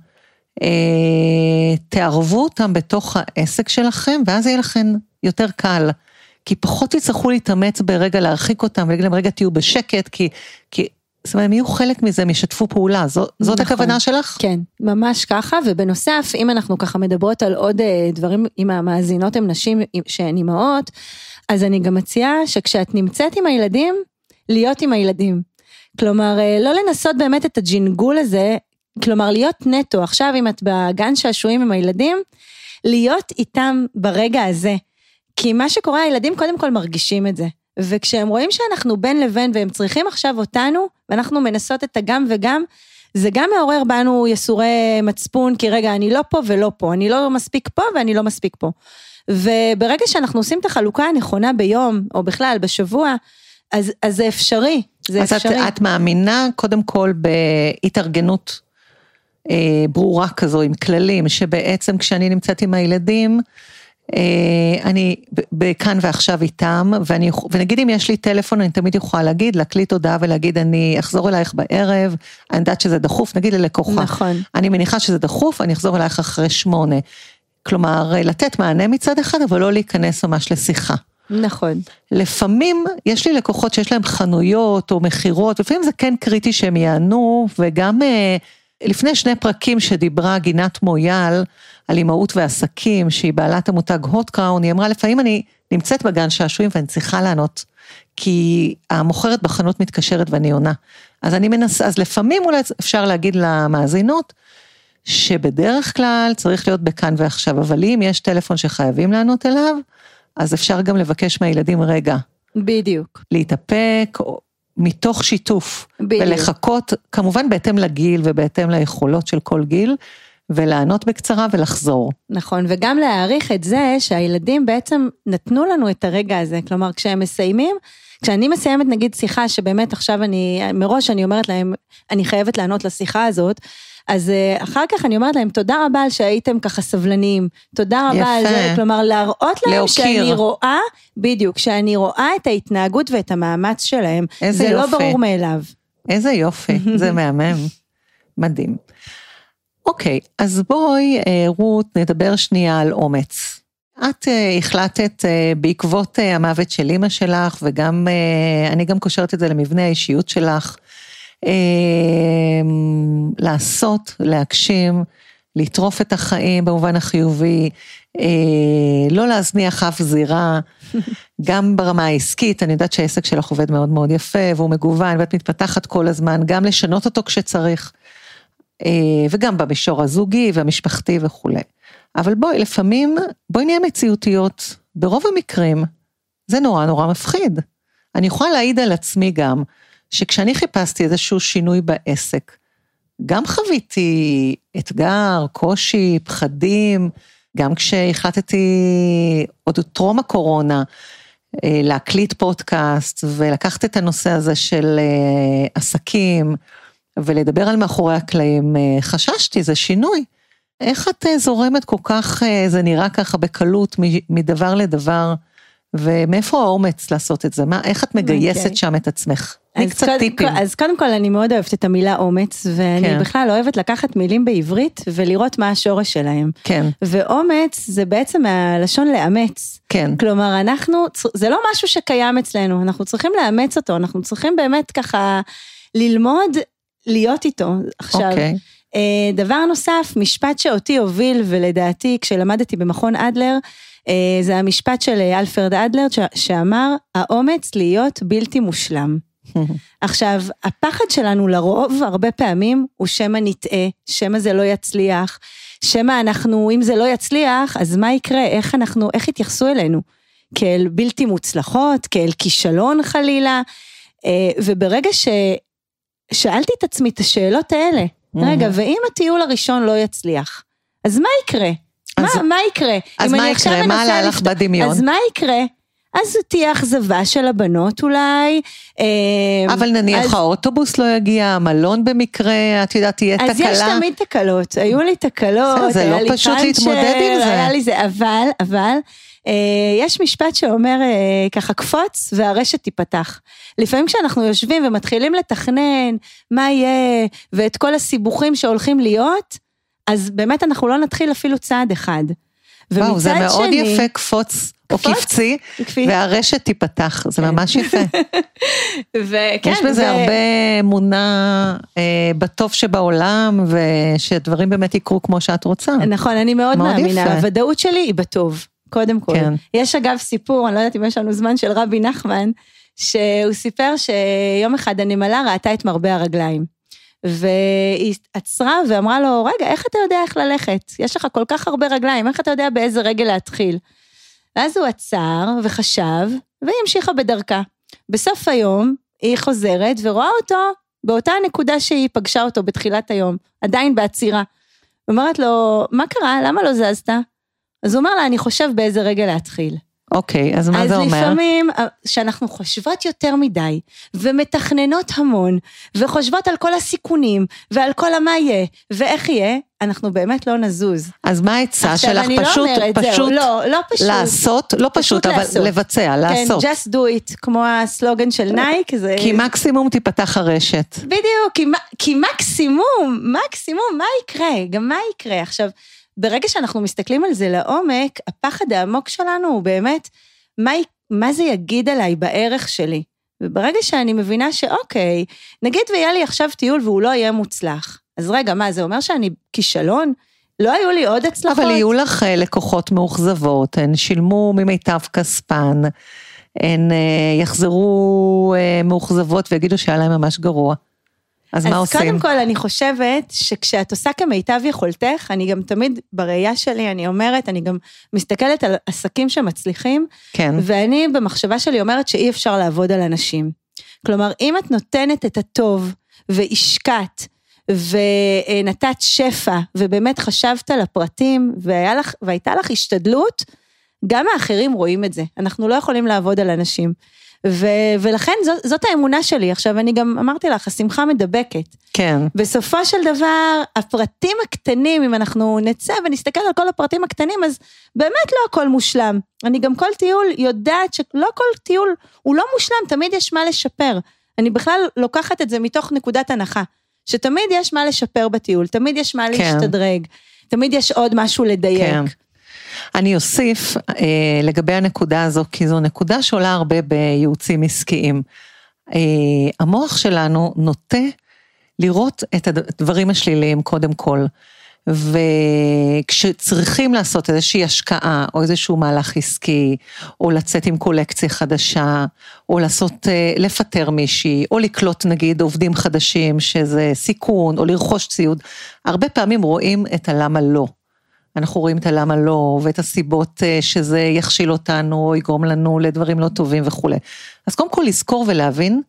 תערבו אותם בתוך העסק שלכם, ואז יהיה לכם יותר קל, כי פחות תצטרכו להתאמץ ברגע להרחיק אותם, ולהגיד להם רגע תהיו בשקט, כי זאת אומרת, הם יהיו חלק מזה, הם ישתפו פעולה, זאת הכוונה שלך? כן, ממש ככה, ובנוסף, אם אנחנו ככה מדברות על עוד דברים, אם המאזינות הן נשים שהן אימהות, אז אני גם מציעה שכשאת נמצאת עם הילדים, להיות עם הילדים. כלומר, לא לנסות באמת את הג'ינגול הזה, כלומר, להיות נטו. עכשיו, אם את בגן שעשועים עם הילדים, להיות איתם ברגע הזה. כי מה שקורה, הילדים קודם כל מרגישים את זה. וכשהם רואים שאנחנו בין לבין, והם צריכים עכשיו אותנו, ואנחנו מנסות את הגם וגם, זה גם מעורר בנו יסורי מצפון, כי רגע, אני לא פה ולא פה, אני לא מספיק פה ואני לא מספיק פה. וברגע שאנחנו עושים את החלוקה הנכונה ביום, או בכלל בשבוע, אז זה אפשרי, זה אפשרי. אז את מאמינה קודם כל בהתארגנות ברורה כזו, עם כללים, שבעצם כשאני נמצאת עם הילדים, אני בכאן ועכשיו איתם, ונגיד אם יש לי טלפון, אני תמיד יכולה להגיד, להקליט הודעה ולהגיד, אני אחזור אלייך בערב, אני יודעת שזה דחוף, נגיד ללקוחה. נכון. אני מניחה שזה דחוף, אני אחזור אלייך אחרי 8. כלומר, לתת מענה מצד אחד, אבל לא להיכנס ממש לשיחה. נכון. לפעמים יש לי לקוחות שיש להם חנויות או מחירות, לפעמים זה כן קריטי שהם יענו, וגם לפני 2 פרקים שדיברה גינת מויאל, על אימהות ועסקים, שהיא בעלת המותג הוט קראון, היא אמרה, לפעמים אני נמצאת בגן שעשועים, ואני צריכה לענות, כי המוכרת בחנות מתקשרת ואני עונה. אז אני מנסה, אז לפעמים אולי אפשר להגיד למאזינות, שבדרך כלל צריך להיות בכאן ועכשיו, אבל אם יש טלפון שחייבים לענות אליו, אז אפשר גם לבקש מהילדים רגע. בדיוק. להתאפק, מתוך שיתוף, בדיוק. ולחכות, כמובן בהתאם לגיל, ובהתאם ליכולות של כל גיל, ולענות בקצרה ולחזור. נכון, וגם להעריך את זה, שהילדים בעצם נתנו לנו את הרגע הזה, כלומר כשהם מסיימים, כשאני מסיימת נגיד שיחה, שבאמת עכשיו מראש אני אומרת להם, אני חייבת לענות לשיחה הזאת, אז אחר כך אני אומרת להם, תודה רבה שהייתם ככה סבלניים, תודה רבה על זה, כלומר להראות להם שאני רואה, בדיוק, שאני רואה את ההתנהגות ואת המאמץ שלהם, זה לא ברור מאליו. איזה יופי, זה מהמם, מדהים. אוקיי, אז בואי רות נדבר שנייה על אומץ. את החלטת בעקבות המוות של אמא שלך, וגם, אני גם קושרת את זה למבנה האישיות שלך, לעשות, להגשים, לטרוף את החיים במובן החיובי, לא להזניח אף זירה, גם ברמה העסקית, אני יודעת שהעסק שלך עובד מאוד מאוד יפה, והוא מגוון, ואת מתפתחת כל הזמן, גם לשנות אותו כשצריך, וגם במישור הזוגי והמשפחתי וכו'. אבל לפעמים, בואי נהיה מציאותיות, ברוב המקרים, זה נורא נורא מפחיד. אני יכולה להעיד על עצמי גם, שכשאני חיפשתי איזשהו שינוי בעסק, גם חוויתי אתגר, קושי, פחדים, גם כשהחלטתי עוד טרום הקורונה, להקליט פודקאסט, ולקחת את הנושא הזה של עסקים, ולדבר על מאחורי הקלעים, חששתי, זה שינוי. איך את זורמת כל כך, זה נראה ככה בקלות, מדבר לדבר, ומאיפה האומץ לעשות את זה? איך את מגייסת שם את עצמך? אז קודם כל אני מאוד אוהבת את המילה אומץ, ואני בכלל אוהבת לקחת מילים בעברית, ולראות מה השורש שלהם. כן. ואומץ זה בעצם הלשון לאמץ. כן. כלומר, זה לא משהו שקיים אצלנו, אנחנו צריכים לאמץ אותו, אנחנו צריכים באמת ככה ללמוד להיות איתו. עכשיו, דבר נוסף, משפט שאותי הוביל, ולדעתי כשלמדתי במכון אדלר, זה המשפט של אלפרד אדלר, שאמר, האומץ להיות בלתי מושלם. עכשיו, הפחד שלנו לרוב, הרבה פעמים, הוא שמה נטעה, שמה זה לא יצליח, שמה אם זה לא יצליח, אז מה יקרה? איך יתייחסו אלינו? כאל בלתי מוצלחות, כאל כישלון חלילה, וברגע ששאלתי את עצמי את השאלות האלה, רגע, ואם הטיול הראשון לא יצליח, אז מה יקרה? מה יקרה? אז מה יקרה? מה עלה לך בדמיון? אז מה יקרה? אז תהיה אכזבה של הבנות אולי. אבל נניח האוטובוס לא יגיע, המלון במקרה, את יודעת, תהיה תקלה. אז יש תמיד תקלות, היו לי תקלות, זה לא פשוט להתמודד עם זה. היה לי זה, אבל, יש משפט שאומר ככה, קפוץ והרשת תיפתח. לפעמים כשאנחנו יושבים ומתחילים לתכנן מה יהיה, ואת כל הסיבוכים שהולכים להיות, אז באמת אנחנו לא נתחיל אפילו צעד אחד. וואו, זה מאוד יפה, קפוץ או קפצי, והרשת תיפתח, זה ממש יפה. יש בזה הרבה אמונה בטוב שבעולם, ושדברים באמת יקרו כמו שאת רוצה. נכון, אני מאוד מאמינה, הוודאות שלי היא בטוב, קודם כל. יש אגב סיפור, אני לא יודעת אם יש לנו זמן של רבי נחמן, שהוא סיפר שיום אחד הנמלה ראתה את מרבה הרגליים. והיא עצרה ואמרה לו, רגע, איך אתה יודע איך ללכת? יש לך כל כך הרבה רגליים, איך אתה יודע באיזה רגל להתחיל? ואז הוא עצר וחשב, והיא המשיכה בדרכה. בסוף היום היא חוזרת ורואה אותו באותה הנקודה שהיא פגשה אותו בתחילת היום, עדיין בעצירה. ואומרת לו, מה קרה? למה לא זזת? אז הוא אומר לה, אני חושב באיזה רגל להתחיל. אוקיי, אז מה זה אומר? אז לפעמים שאנחנו חושבות יותר מדי, ומתכננות המון, וחושבות על כל הסיכונים, ועל כל מה יהיה, ואיך יהיה, אנחנו באמת לא נזוז. אז מה העצה שלך? פשוט לעשות, לא פשוט, אבל לבצע, לעשות. כן, just do it, כמו הסלוגן של נייק. כי מקסימום תיפתח הרשת. בדיוק, כי מקסימום, מה יקרה? גם מה יקרה? עכשיו, ברגע שאנחנו מסתכלים על זה לעומק, הפחד העמוק שלנו הוא באמת, מה זה יגיד עליי בערך שלי? וברגע שאני מבינה שאוקיי, נגיד ויהיה לי עכשיו טיול והוא לא יהיה מוצלח, אז רגע, מה, זה אומר שאני כישלון? לא היו לי עוד הצלחות? אבל יהיו לך לקוחות מאוכזבות, הן שילמו ממיטב כספן, הן יחזרו מאוכזבות ויגידו שהיה להם ממש גרוע. אז מה עושים? אז קודם כל אני חושבת שכשאת עושה כמיטב יכולתך, אני גם תמיד בראייה שלי, אני אומרת, אני גם מסתכלת על עסקים שמצליחים, כן. ואני במחשבה שלי אומרת שאי אפשר לעבוד על אנשים. כלומר, אם את נותנת את הטוב והשקעת, ונתת שפע, ובאמת חשבת על הפרטים, והייתה לך השתדלות, גם האחרים רואים את זה. אנחנו לא יכולים לעבוד על אנשים. ולכן זאת האמונה שלי. עכשיו אני גם אמרתי לך, השמחה מדבקת. כן. בסופו של דבר, הפרטים הקטנים, אם אנחנו נצא ונסתכל על כל הפרטים הקטנים, אז באמת לא הכל מושלם. אני גם כל טיול יודעת שלא כל טיול הוא לא מושלם, תמיד יש מה לשפר. אני בכלל לוקחת את זה מתוך נקודת הנחה, שתמיד יש מה לשפר בטיול, תמיד יש מה להשתדרג, תמיד יש עוד משהו לדייק. כן. אני אוסיף לגבי הנקודה הזו, כי זו נקודה שעולה הרבה בייעוצים עסקיים. המוח שלנו נוטה לראות את הדברים השליליים קודם כל, וכשצריכים לעשות איזושהי השקעה, או איזשהו מהלך עסקי, או לצאת עם קולקציה חדשה, או לפטר מישהי, או לקלוט נגיד עובדים חדשים, שזה סיכון, או לרכוש ציוד, הרבה פעמים רואים את הלמה לא. אנחנו רואים את הלמה לא, ואת הסיבות שזה יכשיל אותנו, או יגרום לנו לדברים לא טובים וכו'. אז קודם כל לזכור ולהבין,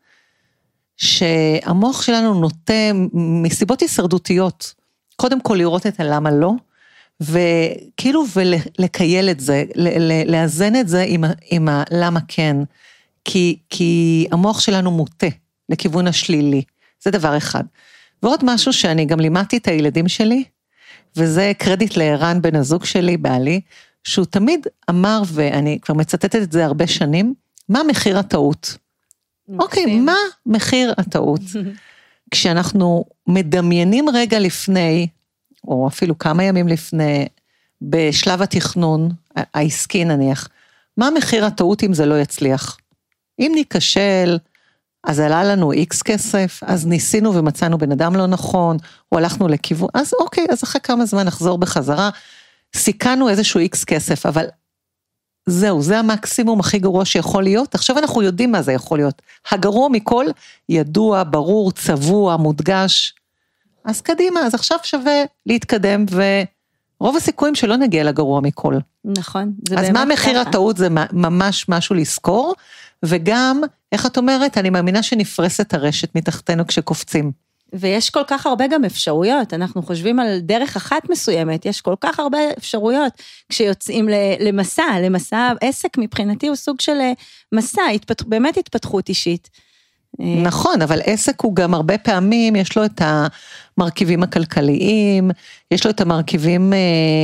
שהמוח שלנו נוטה מסיבות הישרדותיות, קודם כל לראות את הלמה לא, וכאילו ולקייל את זה, לאזן את זה עם הלמה כן, כי המוח שלנו מוטה לכיוון השלילי, זה דבר אחד. ועוד משהו שאני גם לימדתי את הילדים שלי, וזה קרדיט לערן בן הזוג שלי, בעלי, שהוא תמיד אמר, ואני כבר מצטטת את זה הרבה שנים, מה מחיר הטעות? אוקיי, מה מחיר הטעות? כשאנחנו מדמיינים רגע לפני, או אפילו כמה ימים לפני, בשלב התכנון, העסקי נניח, מה מחיר הטעות אם זה לא יצליח? אם ניקשל, אז עלה לנו X כסף, אז ניסינו ומצאנו בן אדם לא נכון, או הלכנו לכיוון, אז אוקיי, אז אחרי כמה זמן נחזור בחזרה, סיכנו איזשהו X כסף, אבל זהו, זה המקסימום הכי גרוע שיכול להיות, עכשיו אנחנו יודעים מה זה יכול להיות, הגרוע מכל ידוע, ברור, צבוע, מודגש, אז קדימה, אז עכשיו שווה להתקדם, ורוב הסיכויים שלא נגיע לגרוע מכל. נכון. אז מה מחיר הטעות זה ממש משהו לזכור, וגם, איך את אומרת, אני מאמינה שנפרסת הרשת מתחתנו כשקופצים. ויש כל כך הרבה גם אפשרויות, אנחנו חושבים על דרך אחת מסוימת, יש כל כך הרבה אפשרויות, כשיוצאים למסע עסק מבחינתי הוא סוג של מסע, באמת התפתחות אישית. נכון, אבל עסק הוא גם הרבה פעמים, יש לו את המרכיבים הכלכליים, יש לו את המרכיבים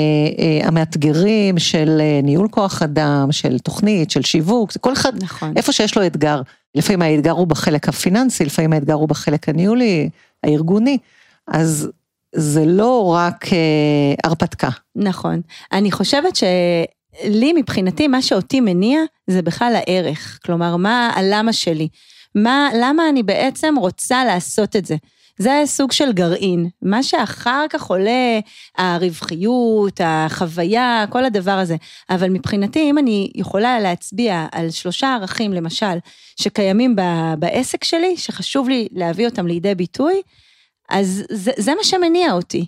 המאתגרים של ניהול כוח אדם, של תוכנית, של שיווק, כל אחד, נכון. איפה שיש לו אתגר, לפעמים האתגר הוא בחלק הפיננסי, לפעמים האתגר הוא בחלק הניהולי, הארגוני, אז זה לא רק הרפתקה. נכון, אני חושבת שלי מבחינתי, מה שאותי מניע, זה בכלל הערך, כלומר, מה הלמה שלי, למה אני בעצם רוצה לעשות את זה? זה סוג של גרעין, מה שאחר כך עולה, הרווחיות, החוויה, כל הדבר הזה, אבל מבחינתי, אם אני יכולה להצביע על 3 ערכים, למשל, שקיימים בעסק שלי, שחשוב לי להביא אותם לידי ביטוי, אז זה מה שמניע אותי,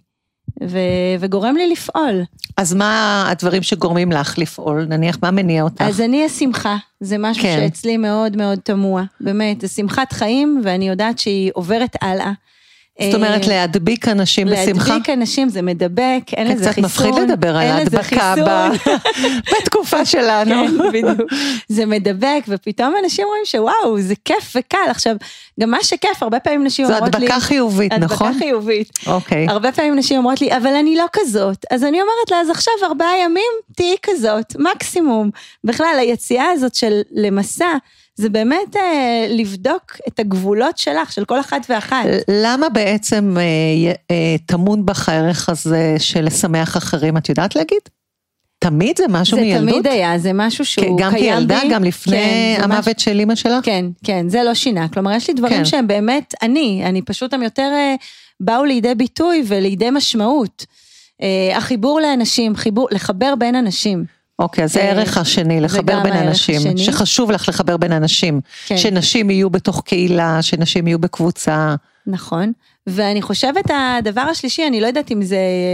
וגורם לי לפעול. אז מה הדברים שגורמים לך לפעול? נניח, מה מניע אותך? אז אני השמחה, זה משהו שאצלי מאוד מאוד תמוה, באמת, זה שמחת חיים, ואני יודעת שהיא עוברת הלאה. זאת אומרת, להדביק אנשים בשמחה? להדביק אנשים, זה מדבק, אין לזה חיסון. קצת מפחיד לדבר על ההדבקה בתקופה שלנו. כן, בדיוק. זה מדבק, ופתאום אנשים רואים שוואו, זה כיף וקל. עכשיו, גם מה שכיף, הרבה פעמים נשים אומרות לי... זו הדבקה חיובית, נכון? הדבקה חיובית. אוקיי. הרבה פעמים נשים אומרות לי, אבל אני לא כזאת. אז אני אומרת לה, אז עכשיו 4 ימים תהיי כזאת, מקסימום. בכלל, היציאה הזאת של למסע, זה באמת לבדוק את הגבולות שלך, של כל אחת ואחת. למה בעצם תמון בך הערך הזה של לשמח אחרים, את יודעת להגיד? תמיד זה משהו מילדות? זה תמיד היה, זה משהו שהוא קיים בי. גם כילדה, גם לפני המוות של אמא שלך? כן, כן, זה לא שינה. כלומר, יש לי דברים שהם באמת אני פשוט הם יותר באו לידי ביטוי ולידי משמעות. החיבור לאנשים, לחבר בין אנשים. אוקיי, אז זה הערך השני, לחבר בין אנשים, שחשוב לך לחבר בין אנשים, שנשים יהיו בתוך קהילה, שנשים יהיו בקבוצה. נכון, ואני חושבת הדבר השלישי, אני לא יודעת אם זה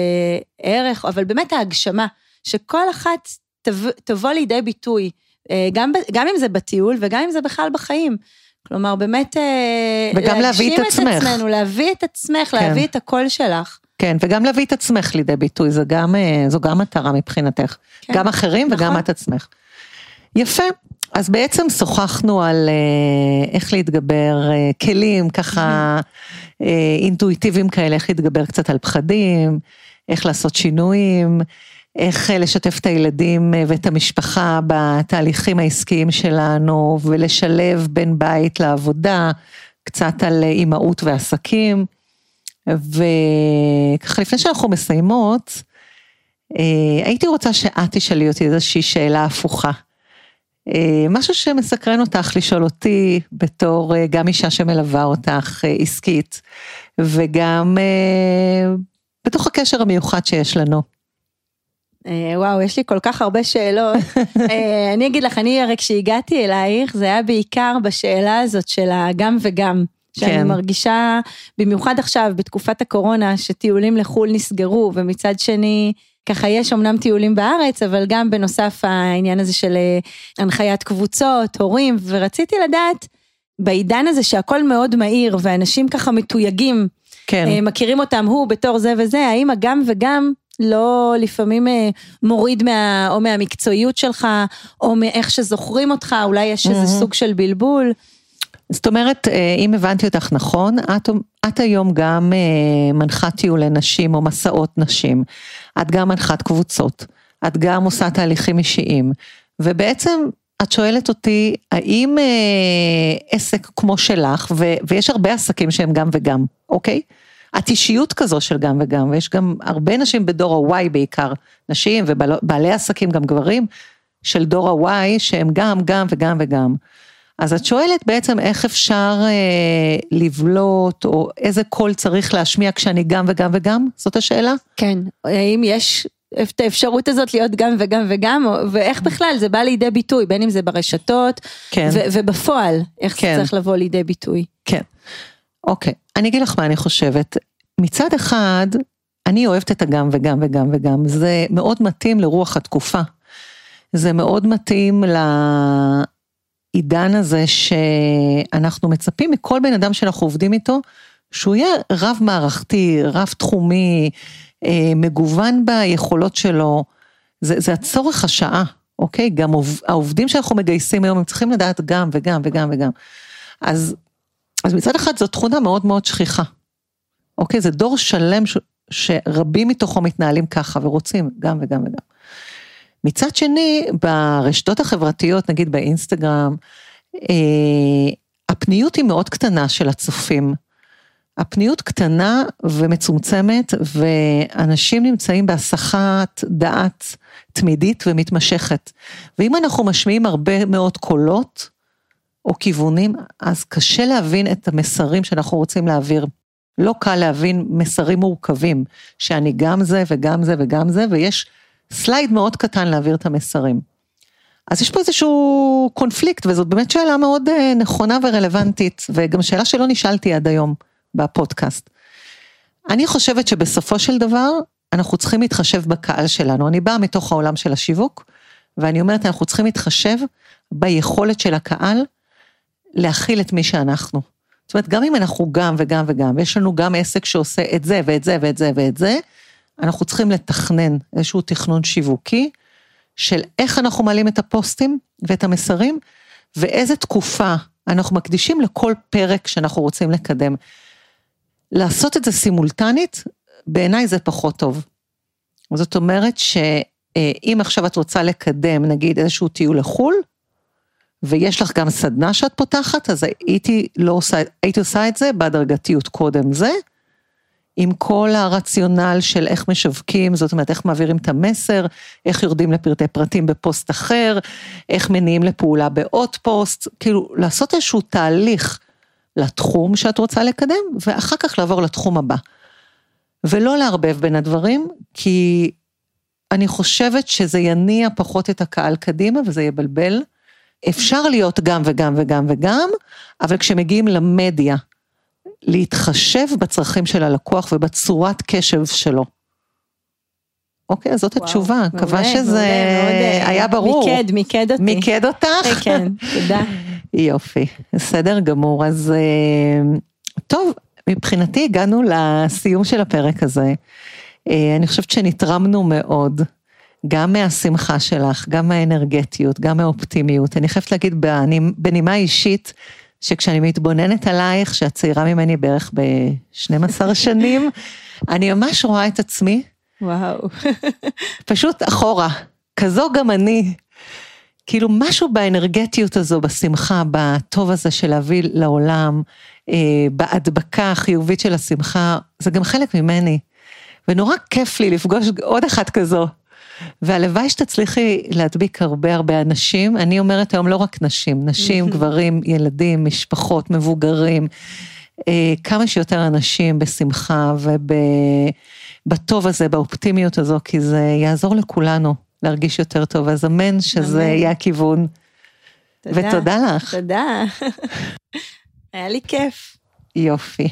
ערך, אבל באמת ההגשמה, שכל אחת תבוא לידי ביטוי, גם אם זה בטיול, וגם אם זה בכלל בחיים. כלומר, באמת, וגם להביא את עצמך. להביא את עצמך, להביא את הקול שלך. כן, וגם להביא את עצמך לידי ביטוי, זו גם מטרה מבחינתך. כן. גם אחרים נכון. וגם את עצמך. יפה, אז בעצם שוחחנו על איך להתגבר, כלים ככה אינטואיטיביים כאלה, איך להתגבר קצת על פחדים, איך לעשות שינויים, איך לשתף את הילדים ואת המשפחה בתהליכים העסקיים שלנו, ולשלב בין בית לעבודה, קצת על אימהות ועסקים, וככה לפני שאנחנו מסיימות, הייתי רוצה שאת תשאלי אותי איזושהי שאלה הפוכה, משהו שמסקרן אותך לשאול אותי, בתור גם אישה שמלווה אותך עסקית, וגם בתוך הקשר המיוחד שיש לנו. וואו, יש לי כל כך הרבה שאלות. אני אגיד לך, הרי כשהגעתי אלייך, זה היה בעיקר בשאלה הזאת של הגם וגם, שאני מרגישה, במיוחד עכשיו, בתקופת הקורונה, שטיולים לחול נסגרו, ומצד שני, ככה יש אמנם טיולים בארץ, אבל גם בנוסף העניין הזה של הנחיית קבוצות, הורים, ורציתי לדעת, בעידן הזה שהכל מאוד מהיר, ואנשים ככה מתויגים, מכירים אותם, הוא בתור זה וזה, האם הגם וגם, לא לפעמים מוריד או מהמקצועיות שלך, או מאיך שזוכרים אותך, אולי יש איזה סוג של בלבול. זאת אומרת, אם הבנתי אותך נכון, את היום גם מנחת טיול לנשים או מסעות נשים, את גם מנחת קבוצות, את גם עושה תהליכים אישיים, ובעצם את שואלת אותי, האם עסק כמו שלך, ויש הרבה עסקים שהם גם וגם, אוקיי? את אישיות כזו של גם וגם, ויש גם הרבה נשים בדור ה-Y בעיקר, נשים ובעלי עסקים גם גברים, של דור ה-Y שהם גם וגם וגם. אז את שואלת בעצם איך אפשר לבלוט, או איזה קול צריך להשמיע כשאני גם וגם וגם? זאת השאלה? כן, האם יש את האפשרות הזאת להיות גם וגם וגם, ואיך בכלל זה בא לידי ביטוי, בין אם זה ברשתות, כן. ובפועל, איך כן. זה צריך לבוא לידי ביטוי. כן, אוקיי, אני אגיד לך מה אני חושבת, מצד אחד, אני אוהבת את הגם וגם וגם וגם, זה מאוד מתאים לרוח התקופה, זה מאוד מתאים לעידן הזה, שאנחנו מצפים מכל בן אדם שאנחנו עובדים איתו, שהוא יהיה רב מערכתי, רב תחומי, מגוון ביכולות שלו, זה הצורך השעה, אוקיי? גם העובדים שאנחנו מגייסים היום, הם צריכים לדעת גם וגם וגם וגם. אז מצד אחד זו תכונה מאוד מאוד שכיחה, אוקיי? זה דור שלם שרבים מתוכו מתנהלים ככה ורוצים גם וגם וגם. מצד שני, ברשתות החברתיות, נגיד באינסטגרם, הפניות היא מאוד קטנה של הצופים. הפניות קטנה ומצומצמת, ואנשים נמצאים בהסחת דעת תמידית ומתמשכת. ואם אנחנו משמיעים הרבה מאוד קולות או כיוונים, אז קשה להבין את המסרים שאנחנו רוצים להעביר. לא קל להבין מסרים מורכבים, שאני גם זה וגם זה וגם זה, ויש סלייד מאוד קטן להעביר את המסרים. אז יש פה איזשהו קונפליקט, וזאת באמת שאלה מאוד נכונה ורלוונטית, וגם שאלה שלא נשאלתי עד היום בפודקאסט. אני חושבת שבסופו של דבר, אנחנו צריכים להתחשב בקהל שלנו. אני באה מתוך העולם של השיווק, ואני אומרת, אנחנו צריכים להתחשב ביכולת של הקהל, להכיל את מי שאנחנו. זאת אומרת, גם אם אנחנו גם וגם וגם, ויש לנו גם עסק שעושה את זה ואת זה ואת זה ואת זה, אנחנו צריכים לתכנן איזשהו תכנון שיווקי, של איך אנחנו מעלים את הפוסטים ואת המסרים, ואיזה תקופה אנחנו מקדישים לכל פרק שאנחנו רוצים לקדם. לעשות את זה סימולטנית, בעיניי זה פחות טוב. זאת אומרת שאם עכשיו את רוצה לקדם, נגיד איזשהו טיול לחול, ויש לך גם סדנה שאת פותחת, אז הייתי עושה את זה בהדרגתיות קודם זה, עם כל הרציונל של איך משווקים, זאת אומרת, איך מעבירים את המסר, איך יורדים לפרטי פרטים בפוסט אחר, איך מניעים לפעולה בעוד פוסט, כאילו, לעשות איזשהו תהליך לתחום שאת רוצה לקדם, ואחר כך לעבור לתחום הבא. ולא לערבב בין הדברים, כי אני חושבת שזה יניע פחות את הקהל קדימה, וזה יבלבל. אפשר להיות גם וגם וגם וגם, אבל כשמגיעים למדיה, להתחשב בצרכים של הלקוח ובצורת קשב שלו. אוקיי, אז זאת התשובה, מקווה שזה היה ברור. מיקד אותי. מיקד אותך? כן, תודה. יופי, בסדר גמור, אז טוב, מבחינתי הגענו לסיום של הפרק הזה, אני חושבת שנתרמנו מאוד, גם מהשמחה שלך, גם מהאנרגטיות, גם מהאופטימיות, אני חייבת להגיד בנימה אישית, שכשאני מתבוננת עלייך, שאת צעירה ממני בערך ב-12 שנים, אני ממש רואה את עצמי, וואו. פשוט אחורה, כזו גם אני, כאילו משהו באנרגטיות הזו, בשמחה, בטוב הזה של להביא לעולם, בהדבקה החיובית של השמחה, זה גם חלק ממני, ונורא כיף לי לפגוש עוד אחת כזו, והלוואי שתצליחי להדביק הרבה אנשים, אני אומרת היום לא רק נשים, גברים, ילדים, משפחות, מבוגרים, כמה שיותר אנשים בשמחה ובטוב הזה, באופטימיות הזו, כי זה יעזור לכולנו להרגיש יותר טוב, אז אמן שזה יהיה הכיוון. תודה. ותודה לך. תודה. היה לי כיף. יופי.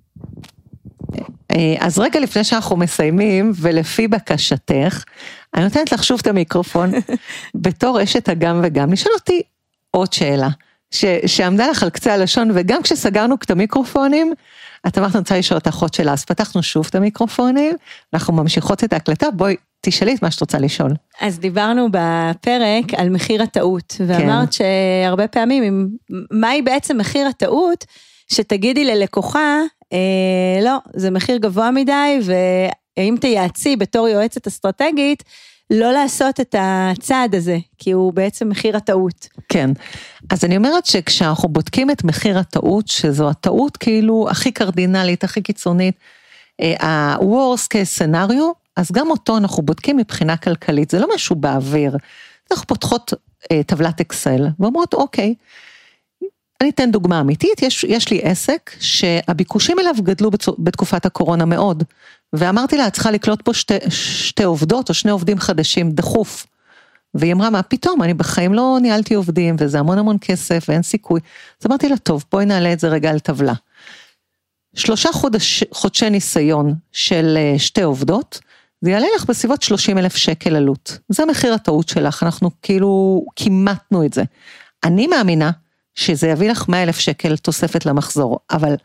אז רגע לפני שאנחנו מסיימים, ולפי בקשתך, אני נותנת לך שוב את המיקרופון, בתור אשת הגם וגם, נשאל אותי עוד שאלה, שעמדה לך על קצה הלשון, וגם כשסגרנו את המיקרופונים, את אמרת נמצא לשאול את האחות שלה, אז פתחנו שוב את המיקרופונים, אנחנו ממשיכות את ההקלטה, בואי תשאלי את מה שאת רוצה לשאול. אז דיברנו בפרק על מחיר הטעות, ואמרת שהרבה פעמים, מהי בעצם מחיר הטעות, שתגידי ללקוחה, לא, זה מחיר גבוה מדי, ואם תייעצי בתור יועצת אסטרטגית, לא לעשות את הצעד הזה, כי הוא בעצם מחיר הטעות. כן, אז אני אומרת שכשאנחנו בודקים את מחיר הטעות, שזו הטעות כאילו הכי קרדינלית, הכי קיצונית, ה-worst case scenario, אז גם אותו אנחנו בודקים מבחינה כלכלית, זה לא משהו באוויר, אנחנו פותחות טבלת אקסל, ואומרות אוקיי, אני אתן דוגמה אמיתית, יש לי עסק שהביקושים אליו גדלו בתקופת הקורונה מאוד, ואמרתי לה, צריכה לקלוט פה שתי עובדות או שני עובדים חדשים דחוף, והיא אמרה, מה פתאום, אני בחיים לא ניהלתי עובדים, וזה המון כסף ואין סיכוי, אז אמרתי לה, טוב, בואי נעלה את זה רגע על טבלה. 3 חודשי ניסיון של 2 עובדות, זה יעלה לך בסביבות 30,000 שקל עלות, זה מחיר הטעות שלך, אנחנו כאילו כימתנו את זה. אני מאמינה, שזה יביא לך 100,000 שקל תוספת למחזור, אבל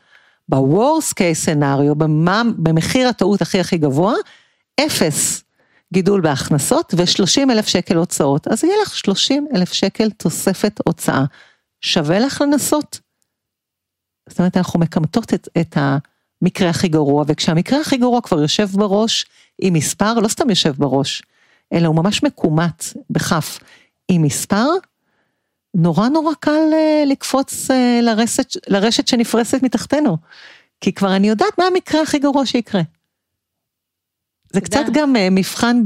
ב-worst case scenario, במחיר הטעות הכי גבוה, 0 גידול בהכנסות ו30,000 שקל הוצאות, אז יהיה לך 30,000 שקל תוספת הוצאה, שווה לך לנסות? זאת אומרת, אנחנו מקמטות את המקרה הכי גרוע, וכשהמקרה הכי גרוע כבר יושב בראש עם מספר, לא סתם יושב בראש, אלא הוא ממש מקומט בכף עם מספר, נורא קל לקפוץ לרשת שנפרסת מתחתנו, כי כבר אני יודעת מה המקרה הכי גרוע שיקרה. זה קצת גם מבחן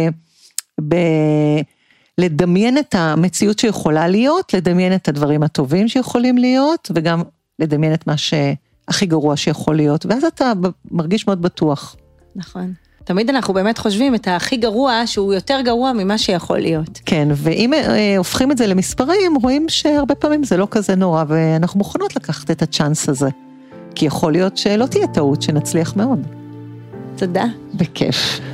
לדמיין את המציאות שיכולה להיות, לדמיין את הדברים הטובים שיכולים להיות, וגם לדמיין את מה שהכי גרוע שיכול להיות, ואז אתה מרגיש מאוד בטוח. נכון. תמיד אנחנו באמת חושבים את הכי גרוע, שהוא יותר גרוע ממה שיכול להיות. כן, ואם הופכים את זה למספרים, רואים שהרבה פעמים זה לא כזה נורא, ואנחנו מוכנות לקחת את הצ'אנס הזה. כי יכול להיות שלא תהיה טעות, שנצליח מאוד. תודה. בכיף.